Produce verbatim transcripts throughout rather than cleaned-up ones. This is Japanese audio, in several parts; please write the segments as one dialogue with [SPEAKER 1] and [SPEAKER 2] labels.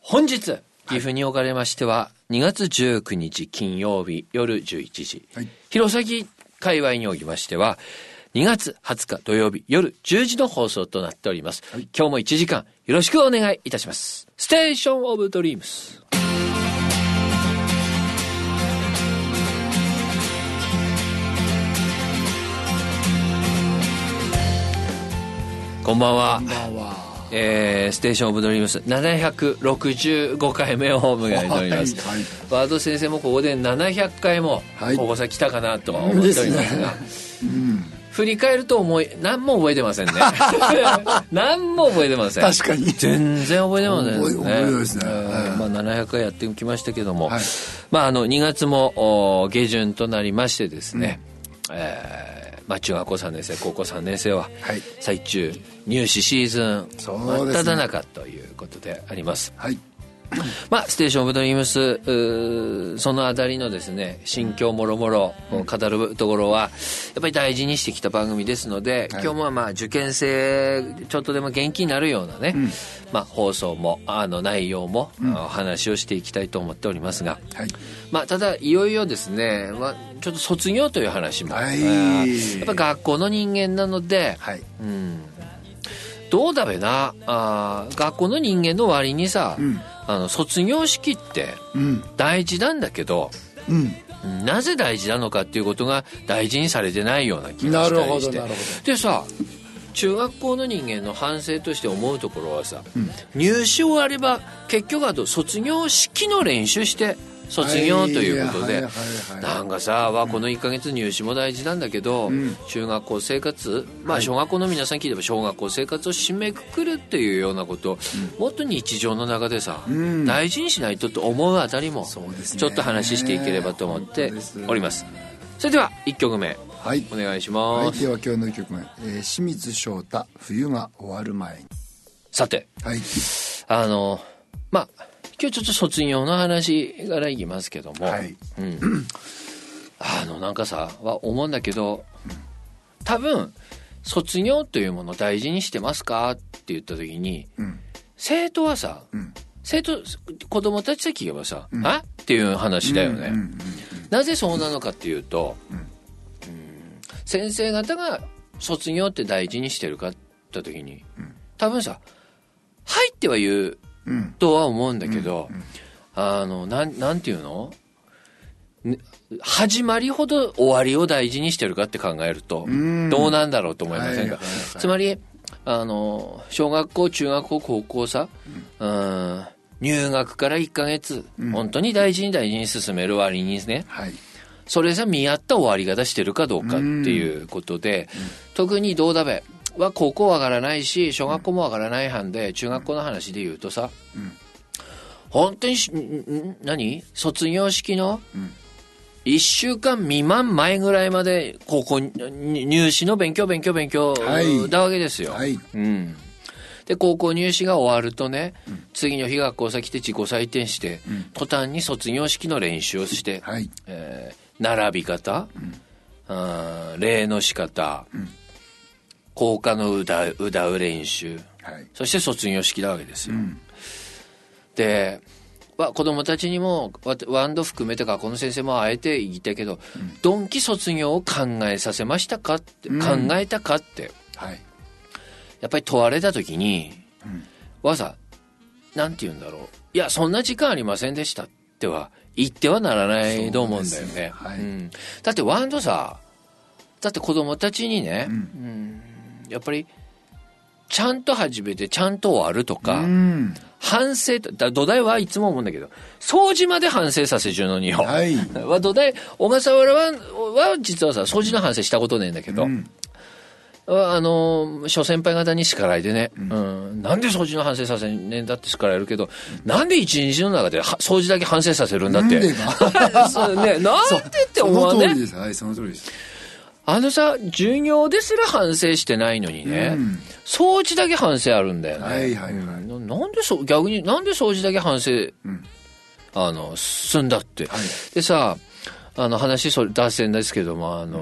[SPEAKER 1] 本日岐阜におかれましてはにがつじゅうくにち金曜日夜じゅういちじ、はい、弘前界隈におきましてはにがつはつか土曜日夜じゅうじの放送となっております、はい、今日もいちじかんよろしくお願いいたします。ステーションオブドリームス。こんばんは。こんばんは。えー、ステーションオブドリームスななひゃくろくじゅうごかいめを迎えております、はいはい、ワード先生もここでななひゃっかいもここさ来たかなとは思っておりますが、はいうん、振り返ると思い何も覚えてませんね何も覚えてません。
[SPEAKER 2] 確かに
[SPEAKER 1] 全然覚えてませんね。
[SPEAKER 2] 覚え覚えですね、え
[SPEAKER 1] ーまあ、ななひゃっかいやってきましたけども、はいまあ、あのにがつも下旬となりましてですね、うんえーまあ、中学校さんねん生高校さんねん生は最中入試シーズン真っ只中ということであります、はいまあ、ステーションオブドリームスそのあたりのですね心境もろもろ語るところはやっぱり大事にしてきた番組ですので、はい、今日もまあ受験生ちょっとでも元気になるようなね、うんまあ、放送もあの内容も、うん、お話をしていきたいと思っておりますが、はいまあ、ただいよいよですね、まあ、ちょっと卒業という話も、はい、やっぱ学校の人間なので、はいうんどうだべなあ学校の人間の割にさ、うん、あの卒業式って大事なんだけど、うん、なぜ大事なのかっていうことが大事にされてないような気がしたりしてでさ中学校の人間の反省として思うところはさ、うん、入試終われば結局あと卒業式の練習して卒業ということで、はいはいはいはい、なんかさ、うん、このいっかげつ入試も大事なんだけど、うん、中学校生活、まあ、小学校の皆さん聞いても小学校生活を締めくくるっていうようなことを、うん、もっと日常の中でさ、うん、大事にしないとと思うあたりもちょっと話していければと思っております。それではいっきょくめ、はい、お願いします。
[SPEAKER 2] はい、では今日のいっきょくめ、えー、清水翔太冬が終わる前に。
[SPEAKER 1] さて、はい、あのまあ今日ちょっと卒業の話からいきますけども、はいうん、あのなんかさは思うんだけど、多分卒業というものを大事にしてますかって言った時に、うん、生徒はさ、うん、生徒子供たちさ聞けばさ、うん、あっていう話だよね、うんうんうんうん、なぜそうなのかっていうと、うんうん、先生方が卒業って大事にしてるかって言った時に、うん、多分さはいっては言ううん、とは思うんだけど、うんうん、あのなん、なんていうの、ね、始まりほど終わりを大事にしてるかって考えるとどうなんだろうと思いませんか、はいはいはい、つまりあの小学校中学校高校さ、うん、うん入学からいっかげつ、うん、本当に大事に大事に進める割にですね、はい、それさ見合った終わり方してるかどうかっていうことで、うんうん、特にどうだべは高校わからないし小学校もわからないはんで、うん、中学校の話で言うとさ、うん、本当にしん何卒業式のいっしゅうかん未満前ぐらいまで高校入試の勉強勉強勉強だわけですよ、はいうん、で高校入試が終わるとね、うん、次の日学校先で自己採点して、うん、途端に卒業式の練習をして、はいえー、並び方、うん、あ礼の仕方、うん校歌の歌う、歌う練習、はい、そして卒業式なわけですよ、うん、で、まあ、子供たちにもワンド含めて学校の先生もあえて言ったけど、うん、ドンキ卒業を考えさせましたかって、うん、考えたかって、はい、やっぱり問われた時に、うん、わざなんて言うんだろういやそんな時間ありませんでしたっては言ってはならないと思うんだよね、はいうん、だってワンドさだって子供たちにね、うんうんやっぱりちゃんと始めてちゃんと終わるとか、うん、反省だ土台はいつも思うんだけど掃除まで反省させちゅうのによ、はい、土台小笠原はは実はさ掃除の反省したことねえんだけど、うん、あの諸先輩方に叱られてね、うんうん、なんで掃除の反省させねえんだって叱られるけど、うん、なんで一日の中で掃除だけ反省させるんだってなんでかそうね、なんでって思わねその通りです、はい、その通りですあのさ授業ですら反省してないのにね、うん、掃除だけ反省あるんだよね、はいはいはいうん、なんでそ逆になんで掃除だけ反省、うん、あの進んだって、はい、でさあの話それ脱線ですけどもあの、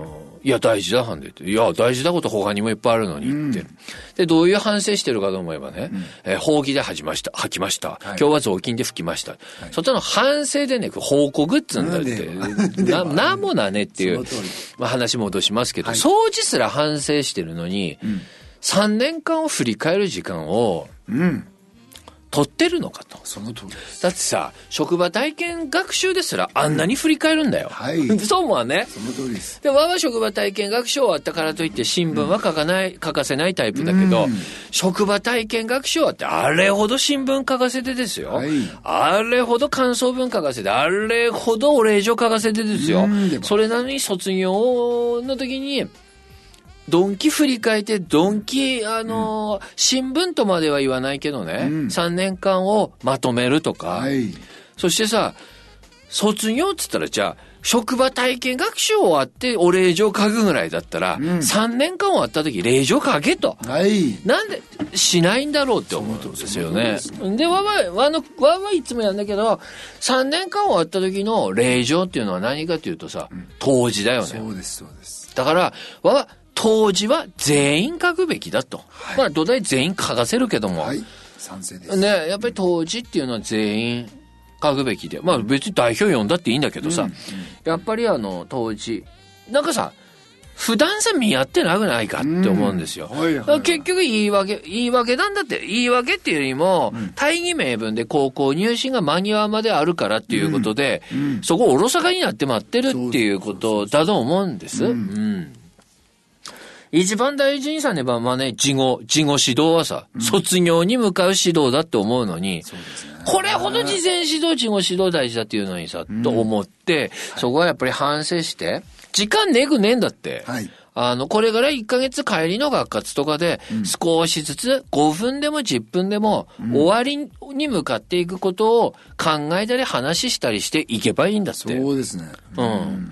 [SPEAKER 1] いや大事だはんでって、いや大事なこと他にもいっぱいあるのにって、うん、でどういう反省してるかと思えばね、うん、えー、ほうきで吐きました吐きました、はい、今日は雑巾で拭きました、はい、そっちの反省でね報告っつうんだってななんもなねっていう、まあ、話戻しますけど、はい、掃除すら反省してるのに、うん、さんねんかんを振り返る時間を、うん、取ってるのかと。
[SPEAKER 2] その通りです。
[SPEAKER 1] だってさ、職場体験学習ですらあんなに振り返るんだよ。
[SPEAKER 2] はい。
[SPEAKER 1] そう思わね。
[SPEAKER 2] その通りです。
[SPEAKER 1] で、我が職場体験学習終わったからといって新聞は書かない、うん、書かせないタイプだけど、うん、職場体験学習終わってあれほど新聞書かせてですよ。はい。あれほど感想文書かせて、あれほどお礼状書かせてですよ。うん、それなのに卒業の時に、ドンキ振り返って、ドンキ、あのーうん、新聞とまでは言わないけどね、うん、さんねんかんをまとめるとか、はい、そしてさ、卒業っつったらじゃあ、職場体験学習終わってお礼状書くぐらいだったら、うん、さんねんかん終わった時礼状書けと。はい。なんでしないんだろうって思うんですよね。で、わわ、わの、わはいつもやるんだけど、さんねんかん終わった時の礼状っていうのは何かっていうとさ、うん、当時だよね。
[SPEAKER 2] そうです、そうです。
[SPEAKER 1] だから、わは、当時は全員書くべきだと。はい、まあ土台全員書かせるけども。
[SPEAKER 2] はい。賛成です。
[SPEAKER 1] ね、やっぱり当時っていうのは全員書くべきで。まあ別に代表読んだっていいんだけどさ。うんうん、やっぱりあの当時。なんかさ、普段さ見合ってなくないかって思うんですよ。うんはいはいはい、結局言い訳、言い訳なんだって。言い訳っていうよりも、うん、大義名分で高校入試が間に合うまであるからっていうことで、うんうん、そこおろそかになって待ってるっていうことだと思うんです。うんうん一番大事にさねば、まあね、事後、事後指導はさ、うん、卒業に向かう指導だって思うのに、そうですね、これほど事前指導、事後指導大事だっていうのにさ、うん、と思って、そこはやっぱり反省して、時間ねくねんだって。はい、あの、これからいっかげつ帰りの学活とかで、少しずつごふんでもじゅっぷんでも、終わりに向かっていくことを考えたり話したりしていけばいいんだって。
[SPEAKER 2] そうですね。
[SPEAKER 1] うん。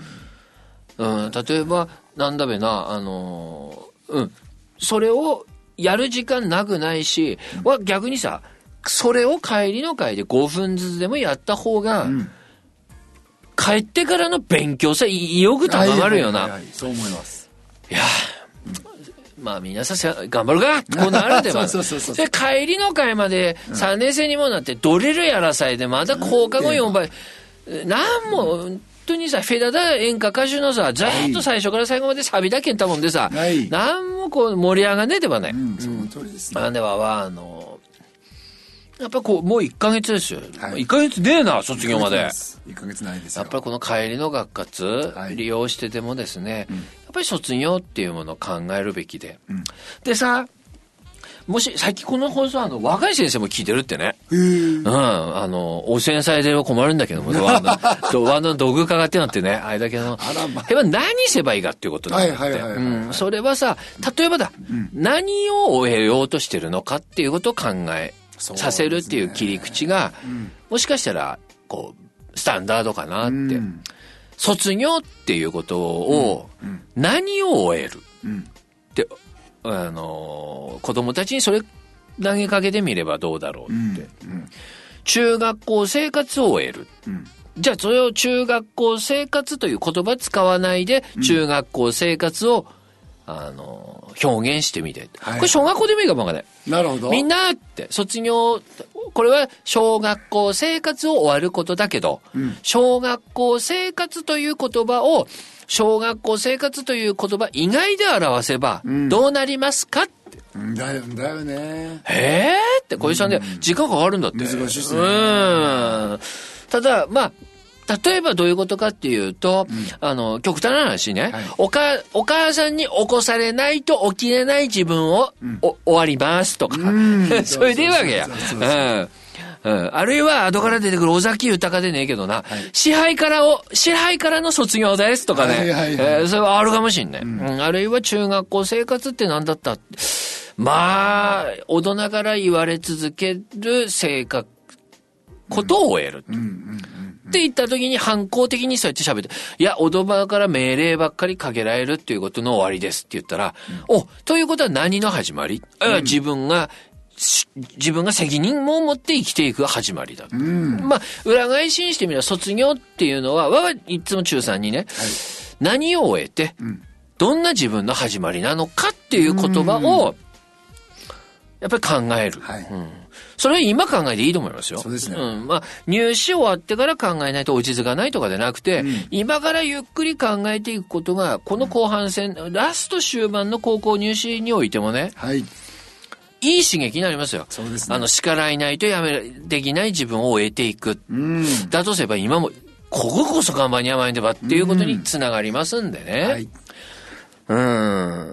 [SPEAKER 1] うん、例えば、なんだべな、あのー、うん。それをやる時間なくないし、うん、は逆にさ、それを帰りの会でごふんずつでもやった方が、うん、帰ってからの勉強さ、意欲高まるよな。
[SPEAKER 2] はいはいはいはい、そう思います。
[SPEAKER 1] いや、うん、まあ皆さん頑張るかこうなるでも。そうそうそうそう。で、帰りの会までさんねん生にもなって、ドリルやらさえで、まだ放課後よんばい、なんも、本当にさ、フェダダ演歌歌手のさ、ずっと最初から最後までサビだけんたもんでさ、はい、なんもこう盛り上がんねえでばね。
[SPEAKER 2] うん、その通りですね。
[SPEAKER 1] なんではは、あの、やっぱこう、もういっかげつですよ。はい、いっかげつねえな、卒業まで。
[SPEAKER 2] いっかげつないですよ。
[SPEAKER 1] やっぱりこの帰りの学活、はい、利用してでもですね、うん、やっぱり卒業っていうものを考えるべきで。うん、でさ、もし、さっきこの放送あの、若い先生も聞いてるってね。うん。あの、汚染されてる困るんだけども、ワンの、ワンの道具化がってなってね、あれだけど、あらま。やっぱ何せばいいかっていうことだって。はいはいはい、はい、うん。それはさ、例えばだ、うん、何を終えようとしてるのかっていうことを考えさせるっていう切り口が、うん、もしかしたら、こう、スタンダードかなって。うん、卒業っていうことを、何を終える、うん、って、あの子供たちにそれ投げかけてみればどうだろうって、うんうん、中学校生活を終える、うん、じゃあそれを中学校生活という言葉使わないで中学校生活を、うん、あの表現してみて、はい、これ小学校でもいいかもわかんない。
[SPEAKER 2] なるほど。
[SPEAKER 1] みんなって卒業これは小学校生活を終わることだけど、うん、小学校生活という言葉を小学校生活という言葉以外で表せばどうなりますかって、
[SPEAKER 2] うん、だよだよね。
[SPEAKER 1] へーって小石さんで時間かかるんだって。
[SPEAKER 2] 難しいですね。
[SPEAKER 1] うん。ただまあ例えばどういうことかっていうと、うん、あの極端な話ね、はい、おかお母さんに起こされないと起きれない自分を、うん、お終わりますとか、うん、それでいいわけや。うん。あるいは後から出てくる尾崎豊でねえけどな、はい、支配からを、支配からの卒業ですとかね。はいはいはい、えー、それはあるかもしんね、うんうん。あるいは中学校生活って何だったって。まあ、大人から言われ続ける性格、ことを終える。うんうんうんうん、って言った時に反抗的にそうやって喋って、いや、大人から命令ばっかりかけられるっていうことの終わりですって言ったら、うん、お、ということは何の始まり、うん、自分が、自分が責任を持って生きていく始まりだ、うん、まあ裏返しにしてみれば卒業っていうのは我はいつも中さんにね、はい、何を終えて、うん、 どんな自分の始まりなのかっていう言葉をやっぱり考える、はい、うん、それは今考えていいと思いますよ。
[SPEAKER 2] そうですね、
[SPEAKER 1] うん、まあ、入試終わってから考えないと落ち着かないとかでなくて、うん、今からゆっくり考えていくことがこの後半戦、うん、ラスト終盤の高校入試においてもね、
[SPEAKER 2] はい、
[SPEAKER 1] いい刺激になりますよ。
[SPEAKER 2] そうですね。
[SPEAKER 1] あの、叱らいないとやめできない自分を得ていく。うん、だとすれば今も、こここそ看板に甘いんでばっていうことにつながりますんでね。うん、はい、うん。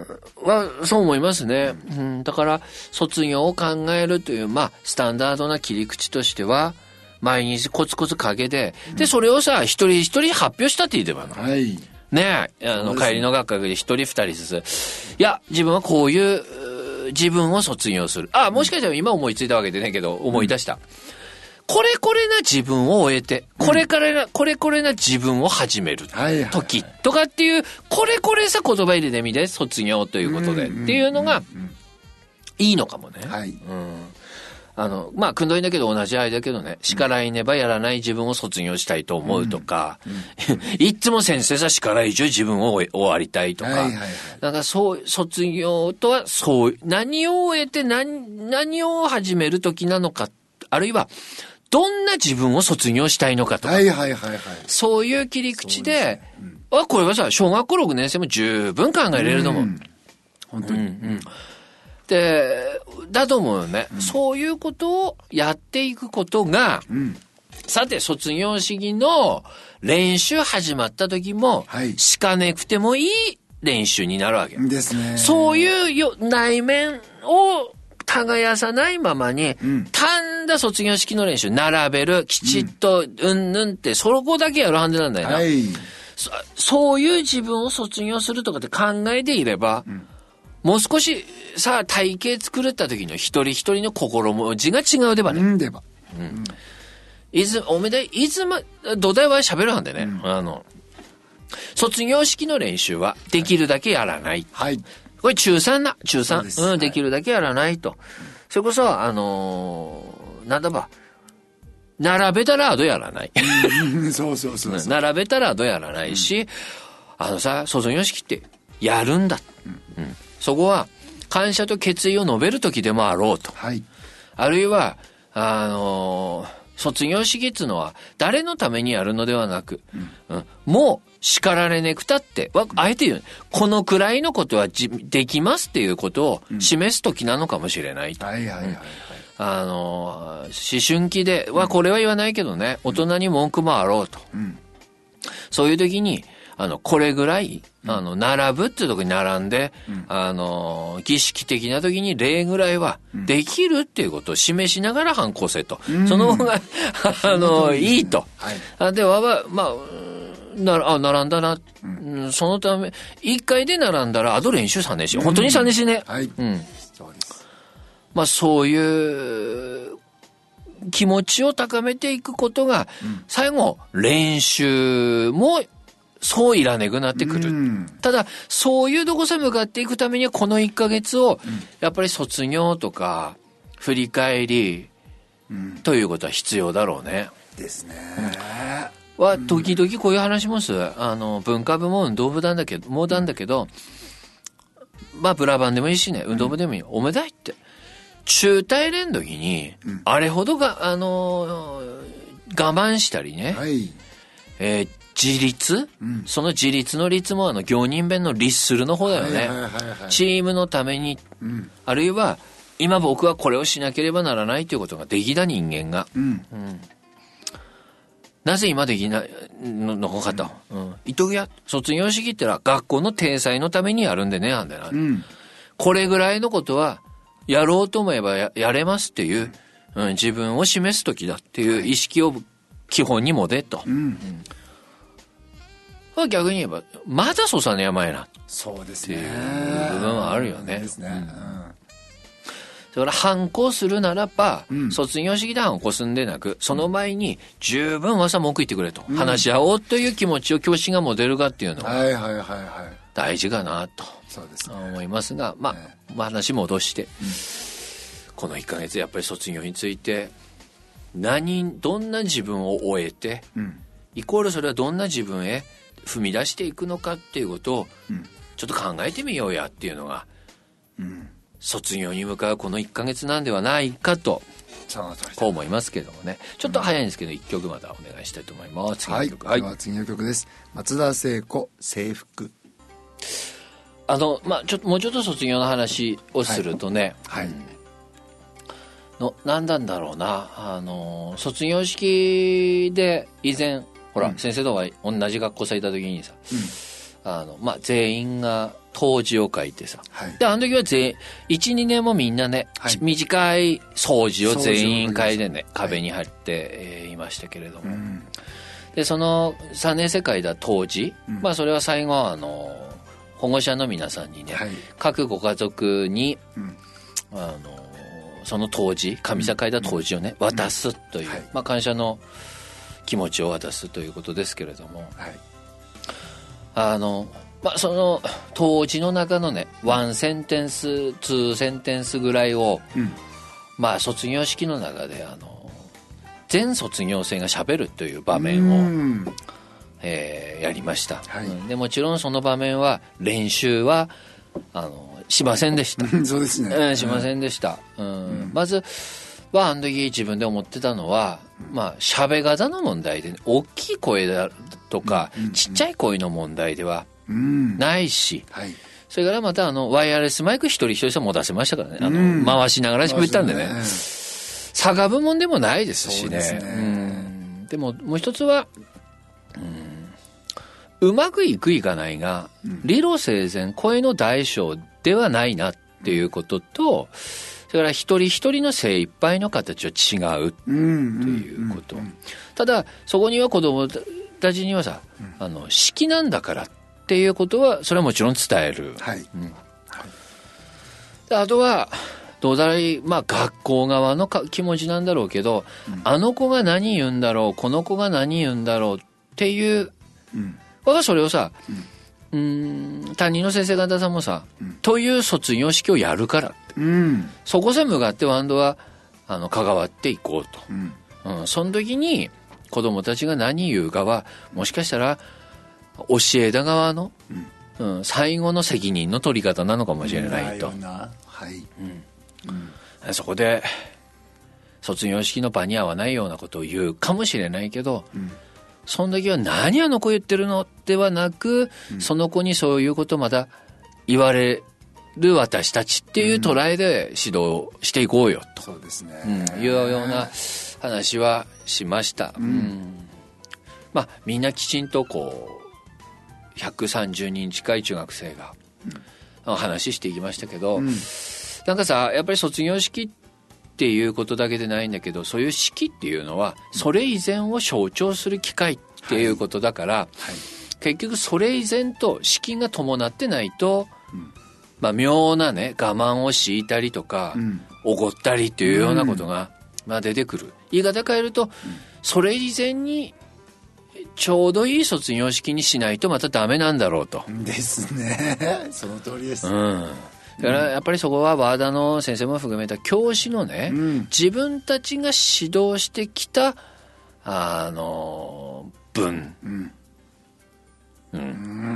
[SPEAKER 1] は、そう思いますね。うん。だから、卒業を考えるという、まあ、スタンダードな切り口としては、毎日コツコツかけて、うん、で、それをさ、一人一人発表したって言えばな。はい。ねえ、あの、帰りの学会で一人二人ずつ。いや、自分はこういう、自分を卒業する。あ、もしかしたら今思いついたわけでねえけど、思い出した。うん、これこれな自分を終えて、これからな、うん、これこれな自分を始める時とかっていう、これこれさ言葉入れてみて、卒業ということで、うん、っていうのが、いいのかもね。はい。うん。あの、まあ、くんどいんだけど同じ愛だけどね、叱らいねばやらない自分を卒業したいと思うとか、うんうん、いつも先生さ叱らい中自分を終わりたいとか、はいはいはい、だからそう、卒業とはそう、何を終えて何、何を始める時なのか、あるいは、どんな自分を卒業したいのかとか、はいはいはいはい、そういう切り口で、で、うん、あ、これはさ、小学校ろくねん生も十分考えれると思う。うん、本当に。うんうんで、だと思うよね、うん。そういうことをやっていくことが、うん、さて、卒業式の練習始まった時も、はい、しかねくてもいい練習になるわけ。
[SPEAKER 2] ですね。
[SPEAKER 1] そういうよ内面を耕さないままに、うん、単な卒業式の練習並べる、きちっと、うんぬんって、そこだけやるはずなんだよな、はい、そ。そういう自分を卒業するとかって考えていれば、うん、もう少しさあ体系作った時の一人一人の心文字が違うでばね。
[SPEAKER 2] うんでば。
[SPEAKER 1] うん。いず、おめで、いつま、土台は喋るはんでね、うん。あの、卒業式の練習はできるだけやらない。はい。これ中さんな、中さん。う, うん、できるだけやらないと。はい、それこそ、あのー、なんだば、並べたらどやらない。
[SPEAKER 2] そうそうそうそう。
[SPEAKER 1] 並べたらどやらないし、うん、あのさ、卒業式ってやるんだ。うん。うんそこは感謝と決意を述べる時でもあろうと。はい。あるいは、あのー、卒業式っていうのは誰のためにやるのではなく、うんうん、もう叱られねくたって、あえて言う、このくらいのことはじできますっていうことを示す時なのかもしれないと。うん、はいはいはい、はい。あのー、思春期ではこれは言わないけどね、うん、大人に文句もあろうと。うん、そういう時に、あの、これぐらい、あの、並ぶっていうところに並んで、うん、あの、儀式的な時に礼ぐらいはできるっていうことを示しながら反抗せと。うん、その方が、あの、いいと。はい、では、まあ、なあ、並んだな、うん。そのため、一回で並んだら、あと練習さんねんし、本当にさんねんしね。はい。うん。そうです。まあ、そういう、気持ちを高めていくことが、うん、最後、練習も、そういらねくなってくる、うん、ただそういうとこさ向かっていくためにはこのいっかげつをやっぱり卒業とか振り返り、うん、ということは必要だろうね
[SPEAKER 2] ですね、
[SPEAKER 1] うん、は時々こういう話もするあの文化部も運動部なんだけどもうなんだけど、うん、まあブラバンでもいいしね運動部でもいい、うん、おめだいって中大連の時に、うん、あれほどがあのー、我慢したりね、はいえー自立、うん、その自立の立もあの行人弁の立するの方だよね、はいはいはいはい、チームのために、うん、あるいは今僕はこれをしなければならないということができた人間が、うんうん、なぜ今できないのかと、うんうん、伊藤や卒業式ってのは学校の体裁のためにやるんでねなんだな、うん、これぐらいのことはやろうと思えば や, やれますっていう、うん、自分を示す時だっていう意識を基本にもでと、うんうん逆に言えばまだそさねやまやな
[SPEAKER 2] そうですね
[SPEAKER 1] っていう部分はあるよね。
[SPEAKER 2] ですね。うん、だ
[SPEAKER 1] から反抗するならば、うん、卒業式で反抗すんでなくその前に十分わさ文句言ってくれと、うん、話し合おうという気持ちを教師が持てるかっていうのは大事かなと思いますが、まあ、ね、まあ話戻して、うん、このいっかげつやっぱり卒業について何どんな自分を終えて、うん、イコールそれはどんな自分へ踏み出していくのかっていうことを、うん、 ちょっと考えてみようやっていうのが、
[SPEAKER 2] うん、
[SPEAKER 1] 卒業に向かうこのいっかげつなんではないかとこう思いますけどもね。ちょっと早いんですけどいっきょくまたお願いしたいと思います。次の曲、
[SPEAKER 2] はい、では次の曲です。松田聖子、制服。
[SPEAKER 1] あの、まあ、ちょっともうちょっと卒業の話をするとね、
[SPEAKER 2] はい、はい、
[SPEAKER 1] うん、の何なんだろうな、あの卒業式で以前ほら、うん、先生とは同じ学校さいた時にさ、うん、あのまあ、全員が答辞を書いてさ、はい、であの時は全 いちにねんもみんなね、はい、短い掃除を全員会でね壁に貼って、えー、いましたけれども、うん、でそのさんねん生会だ当時、うん、まあ、それは最後あの保護者の皆さんにね、はい、各ご家族に、うん、あのその当時上社会だ当時をね、うん、渡すという、はい、まあ、感謝の気持ちを渡すということですけれども、はい、あのまあ、その当時の中のねワンセンテンスツーセンテンスぐらいを、うん、まあ、卒業式の中であの全卒業生がしゃべるという場面を、うん、えー、やりました、はい、うん、でもちろんその場面は練習はあのしませんでした
[SPEAKER 2] そうですね、
[SPEAKER 1] うん、しませんでした、うんうん、まずはあの時自分で思ってたのは、まあ、喋方の問題で、ね、大きい声だとか、うんうんうん、ちっちゃい声の問題ではないし、うん、はい、それからまたあのワイヤレスマイク一人一人も出せましたからね、あの、うん、回しながら喋ったんでね、差が部門でもないですし ね, で, ね、うん、でももう一つは、うん、うまくいくいかないが、うん、理路整然声の大小ではないなっていうことと、それから一人一人の精一杯の形は違うということ、うんうんうんうん、ただそこには子どもたちにはさ、うん、あの式なんだからっていうことはそれはもちろん伝える、はい、うん、はい、であとはどうだい、まあ、学校側のか気持ちなんだろうけど、うん、あの子が何言うんだろうこの子が何言うんだろうっていう、うん、僕はそれをさ、うん、うーん担任の先生方さんもさ、うん、という卒業式をやるからって、うん、そこさ向かってワンドはあの関わっていこうと、うんうん、その時に子どもたちが何言うかはもしかしたら教えた側の、うんうん、最後の責任の取り方なのかもしれないと、
[SPEAKER 2] はい、うん
[SPEAKER 1] うん、そこで卒業式の場に合わないようなことを言うかもしれないけど、うん、その時は何あの子言ってるのではなく、うん、その子にそういうことまだ言われる私たちっていう捉えで指導していこうよと、
[SPEAKER 2] そうですね、
[SPEAKER 1] うん、いうような話はしました、うんうん、まあみんなきちんとこうひゃくさんじゅうにん近い中学生が、うん、話していきましたけど、うん、なんかさやっぱり卒業式っていうことだけでないんだけど、そういう式っていうのはそれ以前を象徴する機会っていうことだから、はいはい、結局それ以前と式が伴ってないと、うん、まあ、妙なね我慢を強いたりとかおご、うん、ったりっていうようなことが、まあ、出てくる。言い方変えると、うん、それ以前にちょうどいい卒業式にしないとまたダメなんだろうと。
[SPEAKER 2] ですねその通りです、うん、
[SPEAKER 1] だからやっぱりそこは和田の先生も含めた教師のね、うん、自分たちが指導してきたあの文、うんうんうん、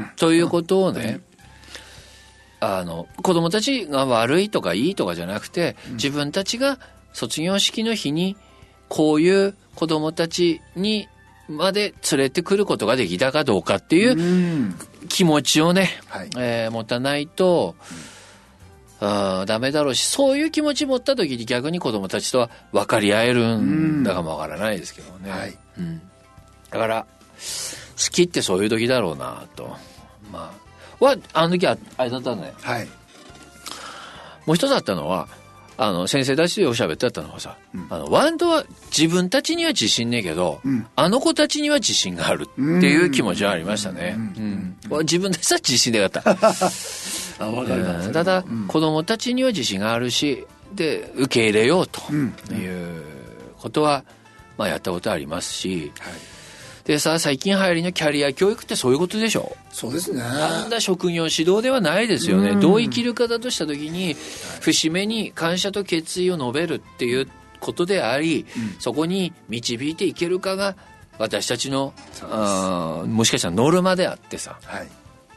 [SPEAKER 1] ということをね、うん、あの子供たちが悪いとかいいとかじゃなくて、うん、自分たちが卒業式の日にこういう子供たちにまで連れてくることができたかどうかっていう気持ちをね、はい、えー、持たないと、うん、あダメだろうし、そういう気持ち持った時に逆に子供たちとは分かり合えるんだかも分からないですけどね、はい、うん、だから好きってそういう時だろうなと、まあはあの時はあれだったね、はい、もう一つあったのはあの先生たちでおしゃべってあったのはさ、うん、あのワンドは自分たちには自信ねえけど、うん、あの子たちには自信があるっていう気持ちはありましたね、うんうん、自分たちは自信でよかったあ分かります、うん、ただ、うん、子供たちには自信があるしで受け入れようということは、まあ、やったことありますし、はい、でさ最近流行りのキャリア教育ってそういうことでしょ。
[SPEAKER 2] そうですね。
[SPEAKER 1] なんだ職業指導ではないですよね、うん、どう生きるかだとした時に節目に感謝と決意を述べるっていうことであり、うん、そこに導いていけるかが私たちのあもしかしたらノルマであってさ、はい、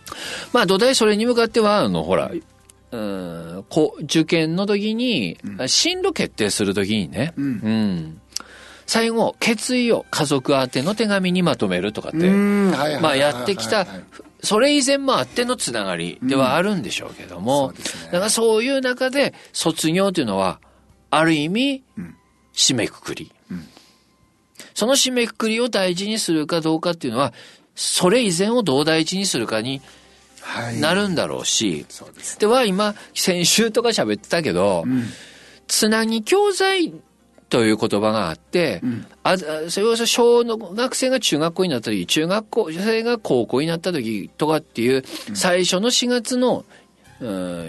[SPEAKER 1] まあ土台それに向かってはあのほら、うん、こ受験の時に、うん、進路決定する時にね、うん、うん、最後決意を家族宛ての手紙にまとめるとかって、まあやってきた。それ以前もあってのつながりではあるんでしょうけども、うん、そうですね、だからそういう中で卒業というのはある意味、うん、締めくくり、うん、その締めくくりを大事にするかどうかっていうのはそれ以前をどう大事にするかになるんだろうし、はい、そうですね、では今先週とか喋ってたけど、うん、つなぎ教材という言葉があって、うん、あそれこそ小学生が中学校になった時、中学校生が高校になった時とかっていう最初のしがつの、うん、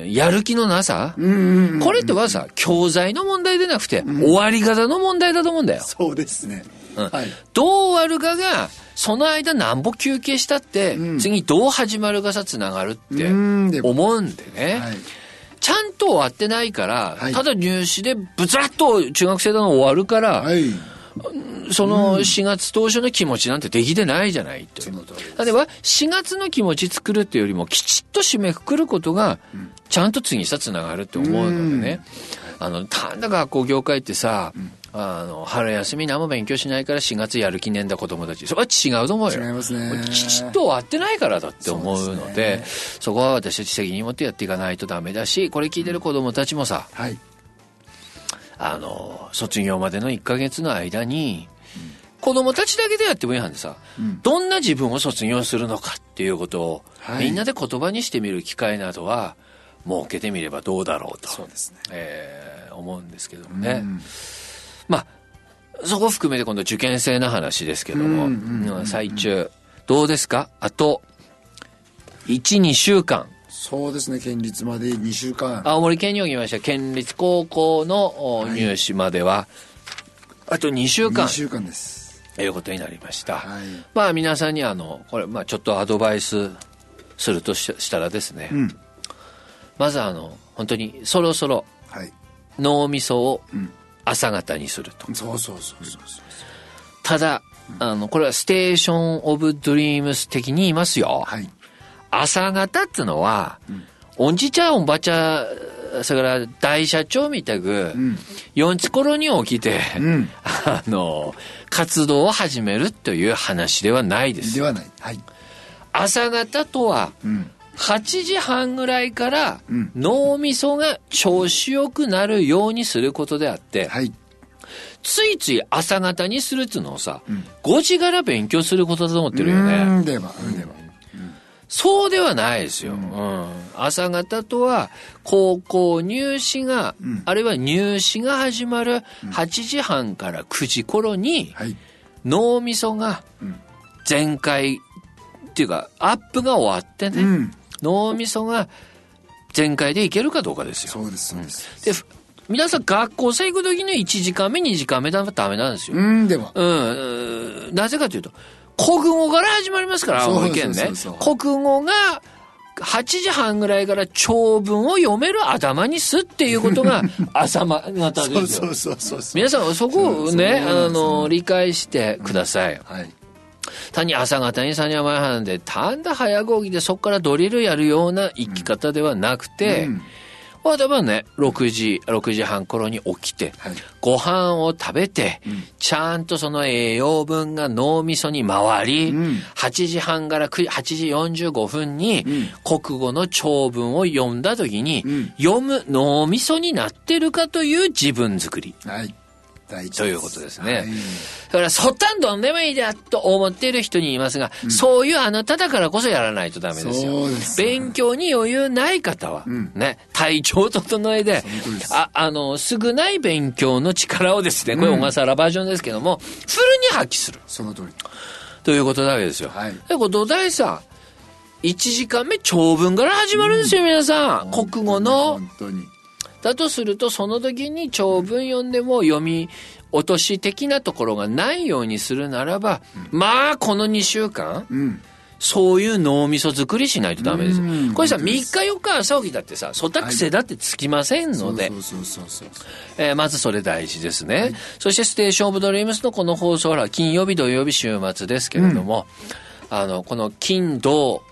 [SPEAKER 1] やる気のなさ、うんうんうん、これってはさ教材の問題でなくて、うん、終わり方の問題だと思うんだよ。
[SPEAKER 2] そうですね、
[SPEAKER 1] うん、はい、どう終わるかがその間なんぼ休憩したって、うん、次どう始まるかさつながるって思うんでね、はい、ちゃんと終わってないから、はい、ただ入試でブツラッと中学生だの終わるから、はい、そのしがつ当初の気持ちなんてできてないじゃないっていう。例えばしがつの気持ち作るっていうよりもきちっと締めくくることがちゃんと次にさつながるって思うのでね、あのたんだ学校業界ってさ、うん、あの春休み何も勉強しないからしがつやる気ねんだ子供たち、それは違うと思うよ。
[SPEAKER 2] 違いますね。
[SPEAKER 1] きちっと終わってないからだって思うの で, で、ね、そこは私たち責任を持ってやっていかないとダメだし、これ聞いてる子供たちもさ、はい、あの卒業までのいっかげつの間に、うん、子供たちだけでやってもいいはんでさ、うん、どんな自分を卒業するのかっていうことを、はい、みんなで言葉にしてみる機会などは設けてみればどうだろうと、そうですね、えー、思うんですけどもね、うん、まあそこを含めて今度受験生の話ですけども、うんうんうん、最中どうですか？あといち、にしゅうかん。
[SPEAKER 2] そうですね、県立までにしゅうかん。
[SPEAKER 1] 青森県におきました県立高校の入試までは、はい、あとにしゅうかん。
[SPEAKER 2] にしゅうかんです。
[SPEAKER 1] ということになりました。はい、まあ皆さんにあのこれまあちょっとアドバイスするとしたらですね、うん、まずあの本当にそろそろ脳みそを、うん、朝方にすると。
[SPEAKER 2] そうそうそうそうそう。
[SPEAKER 1] ただ、うん、あのこれはステーションオブドリームス的に言いますよ。はい、朝方ってのは、うん、おんじちゃおんばちゃそれから大社長みたく、うん、よんち頃に起きて、うん、あの活動を始めるという話ではないです。
[SPEAKER 2] ではない。はい、
[SPEAKER 1] 朝方とは、うん、はちじはんぐらいから脳みそが調子よくなるようにすることであって、はい、ついつい朝方にするっていうのをさ、うん、ごじから勉強することだと思ってるよね。
[SPEAKER 2] うんでは、うんでは、
[SPEAKER 1] うん、そうではないですよ、うんうん、朝方とは高校入試が、うん、あるいは入試が始まるはちじはんからくじ頃に、はい、脳みそが全開っていうかアップが終わってね、うん、脳みそが全開でいけるかどうかですよ。
[SPEAKER 2] そうですそうです、
[SPEAKER 1] うん、で皆さん学校生行く時のいちじかんめにじかんめだとダメなんですよ。
[SPEAKER 2] うんでも、
[SPEAKER 1] うん、なぜかというと国語から始まりますから、青森県ね。国語がはちじはんぐらいから長文を読める頭にすっていうことが朝方ですよ。そうそうそうそう。皆さんそこをね、あの理解してください。うん、はい。単に朝方にさんじはんでただ早起きでそこからドリルやるような生き方ではなくて、うんうん、例えばねろくじろくじはん頃に起きて、はい、ご飯を食べて、うん、ちゃんとその栄養分が脳みそに回り、うん、はちじはんからはちじよんじゅうごふんに、うん、国語の長文を読んだ時に、うん、読む脳みそになってるかという自分作り、はい、ということですね。はい、だからそったんどんでもいいだと思っている人に言いますが、うん、そういうあなただからこそやらないとダメですよ。そうです。勉強に余裕ない方は、うん、ね、体調整えで、あ、あの、少ない勉強の力をですね、これ小笠原バージョンですけども、うん、フルに発揮する。
[SPEAKER 2] その通り。
[SPEAKER 1] ということなわけですよ。はい。で、これ土台さ、いちじかんめ長文から始まるんですよ、うん、皆さん。国語の。本当に。だとするとその時に長文読んでも読み落とし的なところがないようにするならば、うん、まあこのにしゅうかん、うん、そういう脳みそ作りしないとダメですよ。これさみっかよっか朝起きだってさそたくせだってつきませんので、まずそれ大事ですね、はい、そしてステーションオブドリームスのこの放送は金曜日土曜日週末ですけれども、うん、あのこの金土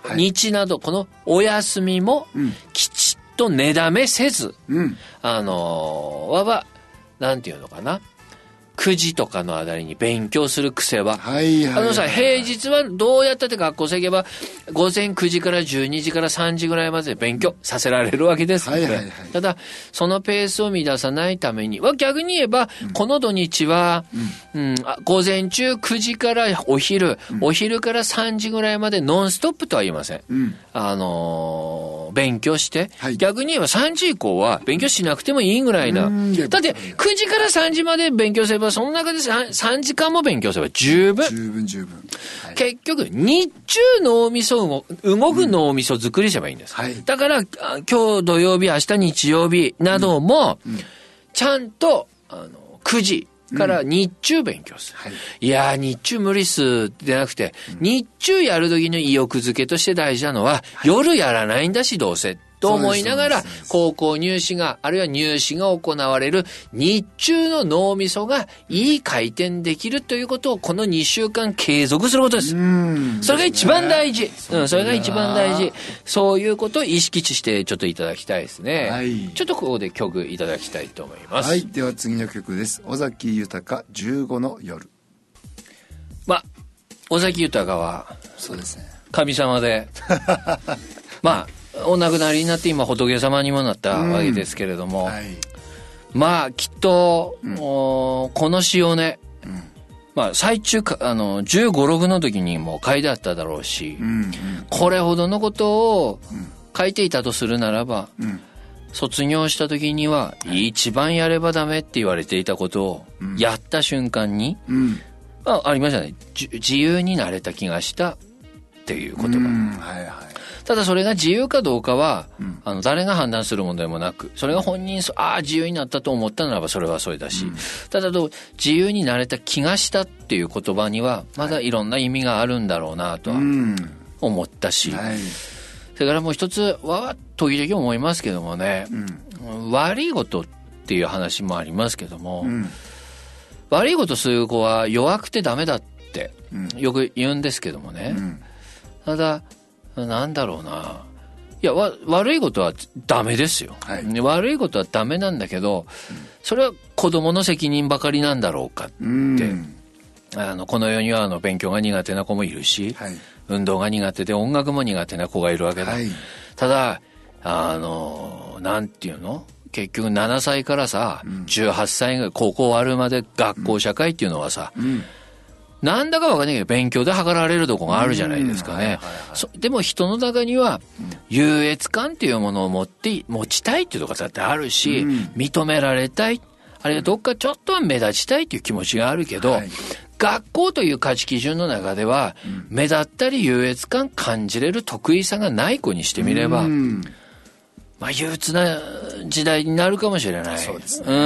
[SPEAKER 1] はい、日などこのお休みもきちっと寝だめせず、うん、あのわばなんていうのかな、くじとかのあたりに勉強する癖は、はいはいはいはい、あのさ、平日はどうやったって学校生行けば午前くじからじゅうにじからさんじぐらいまで勉強させられるわけですので、はいはいはい、ただそのペースを乱さないためには、逆に言えば、うん、この土日は、うんうん、午前中くじからお昼、うん、お昼からさんじぐらいまでノンストップとは言いません、うん、あのー、勉強して、はい、逆に言えばさんじ以降は勉強しなくてもいいぐらいな、うん、だってくじからさんじまで勉強すれば、その中で 3, さんじかんも勉強すれば十分。
[SPEAKER 2] 十分十分。はい、
[SPEAKER 1] 結局、日中脳みそ動く、動く脳みそ作りすればいいんです。うんはい、だから、今日土曜日、明日日曜日なども、うんうん、ちゃんと、あの、くじから日中勉強する。うんはい、いやー、日中無理っす、でなくて、うん、日中やるときの意欲づけとして大事なのは、はい、夜やらないんだし、どうせ。と思いながら、高校入試が、あるいは入試が行われる日中の脳みそがいい回転できるということを、このにしゅうかん継続することです。うんそれが一番大事。うん、それが一番大事。そういうことを意識してちょっといただきたいですね。はい、ちょっとここで曲いただきたいと思います。
[SPEAKER 2] はい。では次の曲です。尾崎豊じゅうごの夜。
[SPEAKER 1] まあ、尾崎豊は、
[SPEAKER 2] そうですね。
[SPEAKER 1] 神様で、まあ、お亡くなりになって今仏様にもなったわけですけれども、うんはい、まあきっと、うん、この詩をね、うん、まあ最中かあのじゅうご、ろくの時にも書いてあっただろうし、うんうん、これほどのことを書いていたとするならば、うん、卒業した時には一番やればダメって言われていたことをやった瞬間に、うんまあ、ありましたね、自由になれた気がしたっていう言葉、うんはいはい、ただそれが自由かどうかは、うん、あの誰が判断するものでもなく、それが本人ああ自由になったと思ったならばそれはそれだし、うん、ただと自由になれた気がしたっていう言葉にはまだいろんな意味があるんだろうなとは思ったし、はい、それからもう一つは時々思いますけどもね、うん、悪いことっていう話もありますけども、うん、悪いことする子は弱くてダメだってよく言うんですけどもね、うん、ただなんだろうな、いやわ悪いことはダメですよ、はい、悪いことはダメなんだけど、うん、それは子供の責任ばかりなんだろうかって、うん、あのこの世にはあの勉強が苦手な子もいるし、はい、運動が苦手で音楽も苦手な子がいるわけだ、はい、ただあのなんていうの、結局ななさいからさ、うん、じゅうはっさいが高校終わるまで学校社会っていうのはさ、うんなんだかわかんないけど勉強で測られるとこがあるじゃないですかね、はいはいはい、でも人の中には優越感っていうものを持って持ちたいっていうところだってあるし、うん、認められたい、あるいはどっかちょっとは目立ちたいっていう気持ちがあるけど、はい、学校という価値基準の中では、うん、目立ったり優越感感じれる得意さがない子にしてみれば、うん、まあ憂鬱な時代になるかもしれない。
[SPEAKER 2] そうですね、
[SPEAKER 1] うん、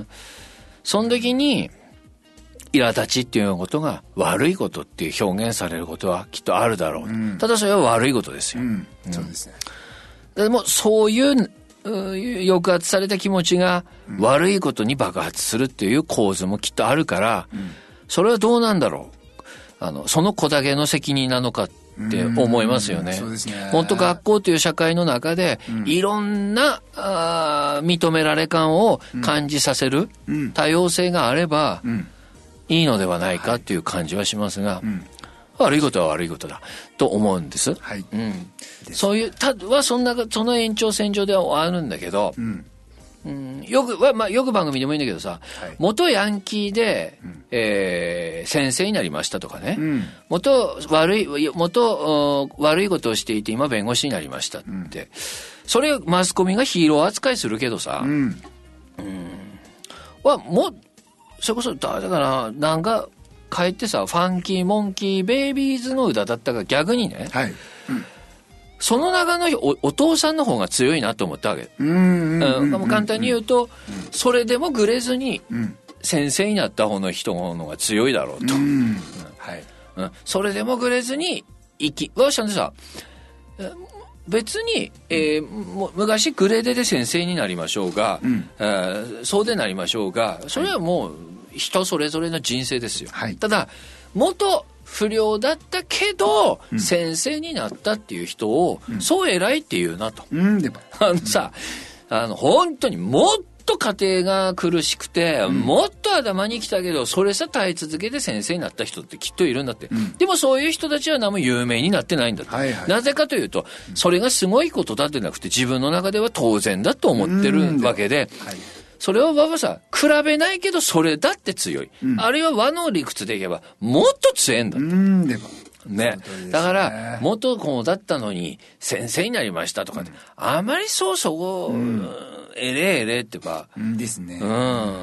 [SPEAKER 1] その時に苛立ちっていうことが悪いことっていう表現されることはきっとあるだろう、うん、ただそれは悪いことですよ、うん
[SPEAKER 2] うん、そうですね。
[SPEAKER 1] でもそういう抑圧された気持ちが悪いことに爆発するっていう構図もきっとあるから、うん、それはどうなんだろう、あのその子だけの責任なのかって思いますよね。
[SPEAKER 2] そうですね。
[SPEAKER 1] 本当学校という社会の中で、うん、いろんなあ認められ感を感じさせる多様性があれば、うんうんいいのではないかっていう感じはしますが、はいうん、悪いことは悪いことだと思うんです。はい、うん、そういうたはそんなその延長線上ではあるんだけど、うんうん、よくはまあよく番組でもいいんだけどさ、はい、元ヤンキーで、うんえー、先生になりましたとかね、うん、元悪い元悪いことをしていて今弁護士になりましたって、うん、それマスコミがヒーロー扱いするけどさ、うんうん、はもうそれこそだからなんか帰ってさファンキーモンキーベイビーズの歌だったが逆にね、はいうん、その中の お, お父さんの方が強いなと思ったわけ。うんうんうんうん、簡単に言うと、うん、それでもグレずに先生になった方の人の方が強いだろうと、うんうんはいうん、それでもグレずに生きわしたんでさ別に、えー、も昔グレーデで先生になりましょうが、うんえー、そうでなりましょうがそれはもう人それぞれの人生ですよ、はい、ただ元不良だったけど、うん、先生になったっていう人を、うん、そう偉いって言うなと、
[SPEAKER 2] うん、でも
[SPEAKER 1] あのさ、うん、あの本当にもっと家庭が苦しくて、うん、もっと頭に来たけどそれさ耐え続けて先生になった人ってきっといるんだって、うん、でもそういう人たちは何も有名になってないんだって、はいはい、なぜかというと、うん、それがすごいことだってなくて自分の中では当然だと思ってるわけで、うんはい、それをばばさ比べないけどそれだって強い、うん、あるいは和の理屈でいけばもっと強いんだって、うんでもね、だから元子だったのに先生になりましたとか、うん、あまりそうそこ、うん、えれえれってば、
[SPEAKER 2] うん、ですね、
[SPEAKER 1] うん、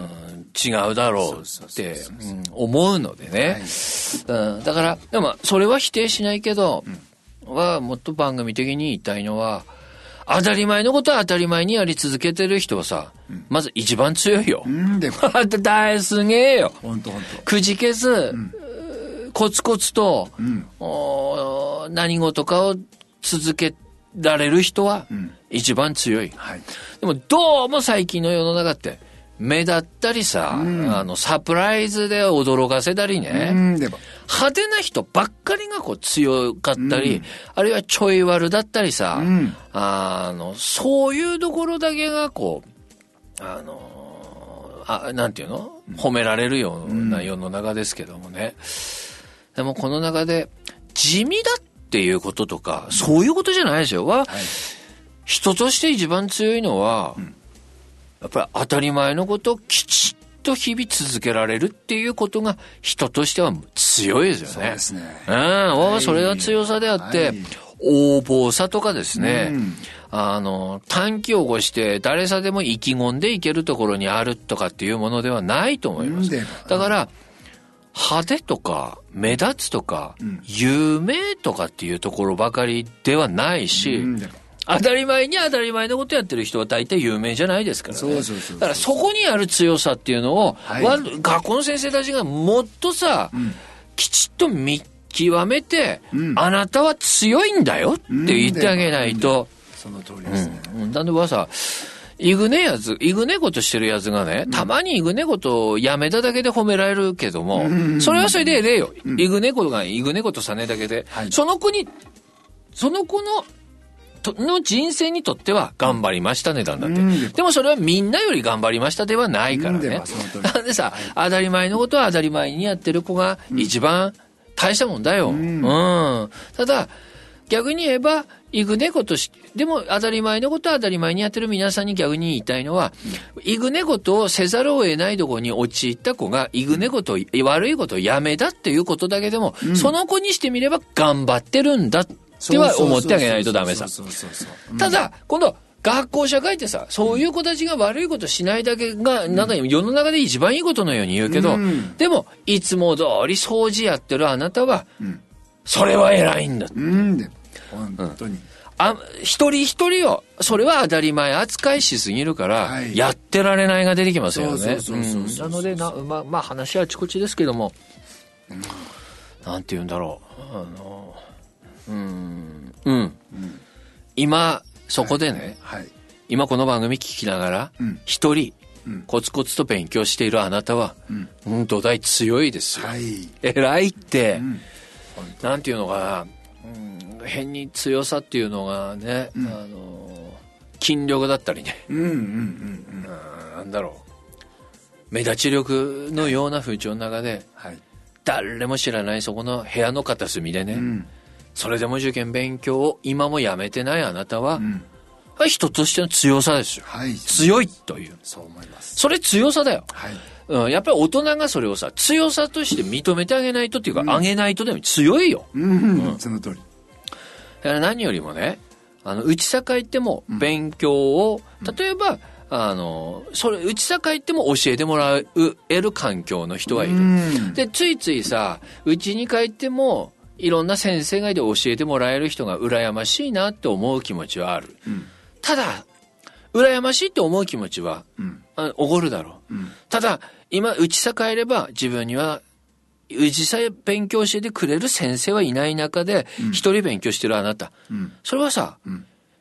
[SPEAKER 1] 違うだろうって思うのでね、はいうん、だからでもそれは否定しないけど、うん、はもっと番組的に言いたいのは当たり前のことは当たり前にやり続けてる人はさ、うん、まず一番強いよ、うん、でも大すげえよ
[SPEAKER 2] ほんとほんと
[SPEAKER 1] くじけず、うんコツコツと、うん、お何事かを続けられる人は一番強い、うんはい、でもどうも最近の世の中って目立ったりさ、うん、あのサプライズで驚かせたりね、うん、でも派手な人ばっかりがこう強かったり、うん、あるいはちょい悪だったりさ、うん、あのそういうところだけがこうあのあなんていうの褒められるような世の中ですけどもね、うんでもこの中で地味だっていうこととかそういうことじゃないですよ、はい、人として一番強いのは、うん、やっぱり当たり前のことをきちっと日々続けられるっていうことが人としては強いですよね。
[SPEAKER 2] そうですね、
[SPEAKER 1] うんはい、それが強さであって、はい、横暴さとかですね、うん、あの短気を起こして誰さでも意気込んでいけるところにあるとかっていうものではないと思います、うん、だから派手とか目立つとか、うん、有名とかっていうところばかりではないし、うん、当たり前に当たり前のことやってる人は大体有名じゃないですからね。
[SPEAKER 2] そうそうそうそう。
[SPEAKER 1] だからそこにある強さっていうのを、はい、学校の先生たちがもっとさ、うん、きちっと見極めて、うん、あなたは強いんだよって言ってあげないと、
[SPEAKER 2] うん、その通りですね。
[SPEAKER 1] うん、なんではさイグネやつ、イグネことしてるやつがね、うん、たまにイグネことをやめただけで褒められるけども、うん、それはそれでえれよ。うん、イグネことがイグネことさねだけで、はい、その子に、その子の、との人生にとっては頑張りましたねなんだって、うん、でもそれはみんなより頑張りましたではないからね、うん、なんでさ、はい、当たり前のことは当たり前にやってる子が一番大したもんだよ、うん、うん、ただ逆に言えばイグネことしでも当たり前のことは当たり前にやってる皆さんに逆に言いたいのは、うん、イグネことをせざるを得ないところに陥った子がイグネことを悪いことをやめたっていうことだけでも、うん、その子にしてみれば頑張ってるんだっては思ってあげないとダメさ。ただ今度学校社会ってさそういう子たちが悪いことしないだけがなんか世の中で一番いいことのように言うけど、うん、でもいつも通り掃除やってるあなたは、うん、それは偉いんだ、
[SPEAKER 2] うんで本当に、うん、
[SPEAKER 1] あ一人一人をそれは当たり前扱いしすぎるから、はい、やってられないが出てきますよね。なのでなままあ話はあちこちですけども、うん、なんて言うんだろうあのうんうん、うん、今そこでね、はいはい、今この番組聞きながら一、うん、人、うん、コツコツと勉強しているあなたは、うんうん、土台強いですよ、はい、偉いって、うん、なんていうのかな、うん、変に強さっていうのがね、うん、あの筋力だったりね、うんうんうんうん、なんだろう目立ち力のような風潮の中で、はい、誰も知らないそこの部屋の片隅でね、うん、それでも受験勉強を今もやめてないあなたは、うん、人としての強さですよ、はい、強いという
[SPEAKER 2] そう思います。
[SPEAKER 1] それ強さだよ、はい、うん、やっぱり大人がそれをさ強さとして認めてあげないとっていうか、うん、あげないとでも強いよ、うん
[SPEAKER 2] うんうん、その通り。
[SPEAKER 1] だから何よりもねあの内さか行っても勉強を、うん、例えばあのそれ内さか行っても教えてもらえる環境の人がいる、うん、でついついさ家に帰ってもいろんな先生がいて教えてもらえる人が羨ましいなって思う気持ちはある、うん、ただ羨ましいって思う気持ちは、うん、あおごるだろう、うん、ただ今内さ帰れば自分には内さ勉強しててくれる先生はいない中で一、うん、人勉強してるあなた、うん、それはさ、うん、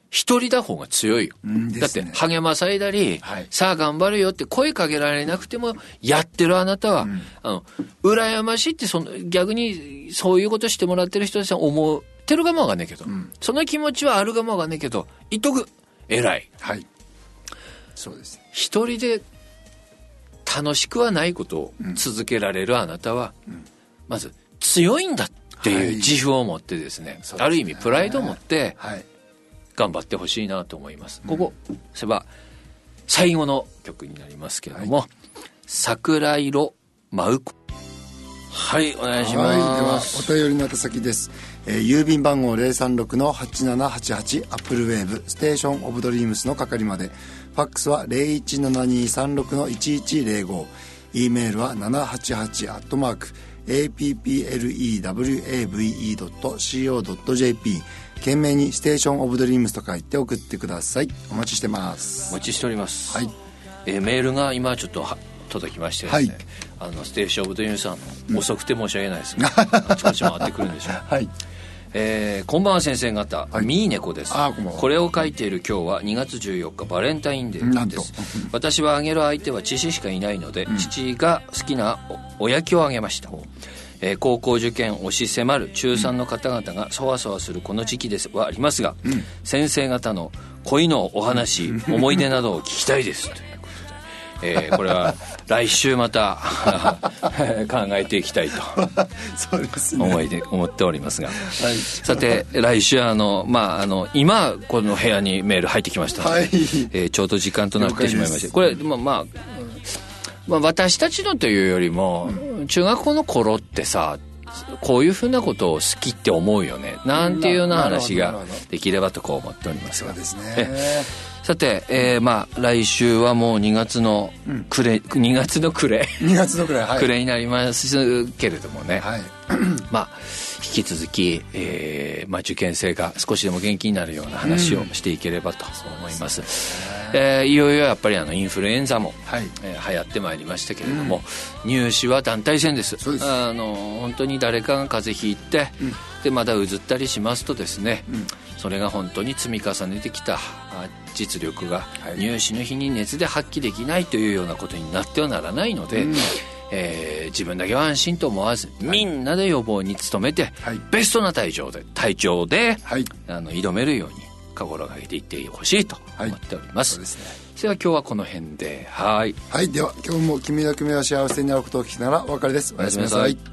[SPEAKER 1] 一人だ方が強いよ、
[SPEAKER 2] うんですね、
[SPEAKER 1] だって励まされたり、
[SPEAKER 2] はい、
[SPEAKER 1] さあ頑張るよって声かけられなくてもやってるあなたは、うん、あの羨ましいってその逆にそういうことしてもらってる人たちは思ってるかもわかんないけど、うん、その気持ちはあるかもわかんないけど言っとく、偉い、
[SPEAKER 2] はい、そうですね。
[SPEAKER 1] 一人で楽しくはないことを続けられるあなたは、うん、まず強いんだっていう自負を持ってですね、はい、ある意味プライドを持って頑張ってほしいなと思います、はい、ここせば最後の曲になりますけれども、はい、桜色舞う子。はい、お願いします。はい、で
[SPEAKER 2] はお便りの宛先です、えー、郵便番号 ゼロさんろくのはちななはちはち アップルウェーブステーションオブドリームスの係まで、ファックスは ゼロいちななにさんろくのいちいちゼロご、 E メールはななはちはちアットマーク エーピーピーエルイーダブリューエーブイイードットシーオードットジェーピー、 懸命にステーションオブドリームスと書いて送ってください。お待ちしてます。
[SPEAKER 1] お待ちしております、
[SPEAKER 2] はい、
[SPEAKER 1] えー、メールが今ちょっと届きましてですね、はい、あのステーションオブドリームスさん、うん、遅くて申し訳ないですがあちこち回ってくるんでしょう
[SPEAKER 2] はい、
[SPEAKER 1] えー、こんばんは先生方、はい、ミーネコです。
[SPEAKER 2] あ、こんばんは。
[SPEAKER 1] これを書いている今日はにがつじゅうよっかバレンタインデーです。私はあげる相手は父しかいないので、うん、父が好きな お, おやきをあげました、えー、高校受験押し迫る中さんの方々がそわそわするこの時期ではありますが、うん、先生方の恋のお話、思い出などを聞きたいですということで、えー、これは来週また考えていきたいと
[SPEAKER 2] そうですね、
[SPEAKER 1] 思いで思っておりますが、はい、さて来週あの、まあ、あの今この部屋にメール入ってきましたので、はい、えー、ちょうど時間となってしまいまして、これ、まあまあまあ、私たちのというよりも、うん、中学校の頃ってさ、こういうふうなことを好きって思うよねなんていうような話ができればとこう思っておりますが、
[SPEAKER 2] そうですね。
[SPEAKER 1] さて、えー、まあ来週はもうにがつの暮れ、うん、にがつの暮れ
[SPEAKER 2] にがつの暮れ、はい、
[SPEAKER 1] 暮れになりますけれどもね、はい、まあ引き続き、えーまあ、受験生が少しでも元気になるような話をしていければと思います、うん、えー、いよいよやっぱりあのインフルエンザも、はい、えー、流行ってまいりましたけれども、うん、入試は団体戦です。
[SPEAKER 2] そうです。
[SPEAKER 1] あの本当に誰かが風邪ひいて、うん、でまだうずったりしますとですね、うん、それが本当に積み重ねてきた実力が入試の日に熱で発揮できないというようなことになってはならないので、うん、えー、自分だけは安心と思わず、はい、みんなで予防に努めて、はい、ベストな体調で体調で、はい、あの挑めるように心がけていってほしいと思っております、はい、そうですね。それでは今日はこの辺で、はい、
[SPEAKER 2] はい、では今日も君の夢は幸せになることを聞きながらお別れです。おやすみなさい。